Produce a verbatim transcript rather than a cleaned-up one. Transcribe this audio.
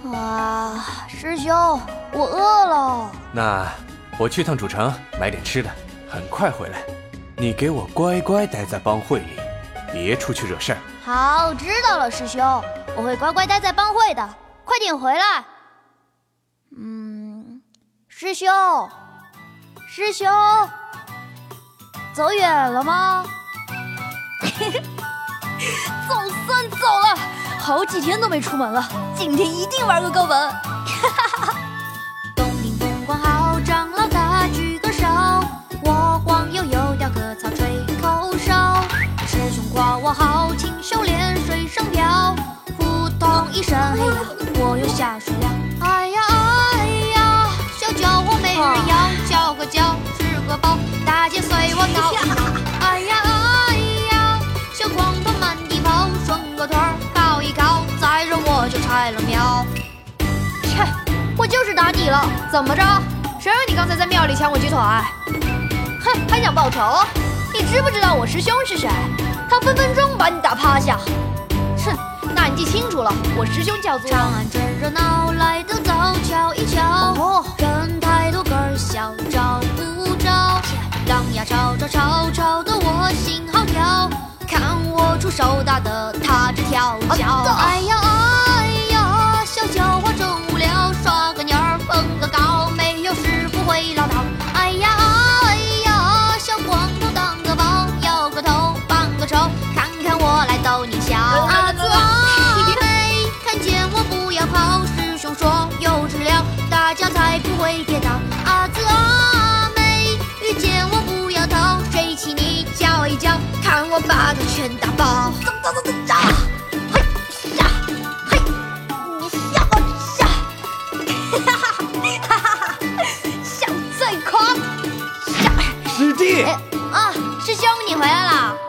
啊，师兄，我饿了。 那我去趟主城买点吃的，很快回来。你给我乖乖待在帮会里，别出去惹事儿。 好，知道了，师兄，我会乖乖待在帮会的。快点回来。嗯，师兄，师兄，走远了吗？ 总算走了，好几天都没出门了，今天一定玩个够本。 东顶风光好，长老大举个手，我晃悠悠钓个草吹口哨。师兄夸我好琴手练水上漂，扑通一声嘿呀，我又下水了。哎呀哎呀，小叫我没人要，叫个叫吃个饱，大姐随我闹一闹。哎呀哎呀，小光头满地跑，顺个腿儿靠一靠，再扔我就拆了庙。 切，我就是打你了，怎么着？谁让你刚才在庙里抢我鸡腿？哼，还想报仇？你知不知道我师兄是谁？他分分钟把你打趴下。哼，那你记清楚了，我师兄叫做…… 长安真热闹，来得早，瞧一瞧。 哦， 人太多个儿小，找不着。狼牙吵吵吵吵得我心好跳，看我出手打得他直跳脚。 啊、 哎呀哎呀，小叫我真无聊，耍个鸟儿蹦个高，没有师傅会唠叨。哎呀哎呀，小光头当个宝，摇个头扮个丑，看看我来逗你笑。阿紫阿妹，看见我不要跑，师兄说有治疗，大家才不会跌倒。阿紫阿妹，遇见我不要逃，谁骑你叫一叫，看我把他全打爆。走走走走走，嘿下嘿，你下我下，哈哈哈哈哈，小最狂下。 师弟。 啊，师兄你回来了。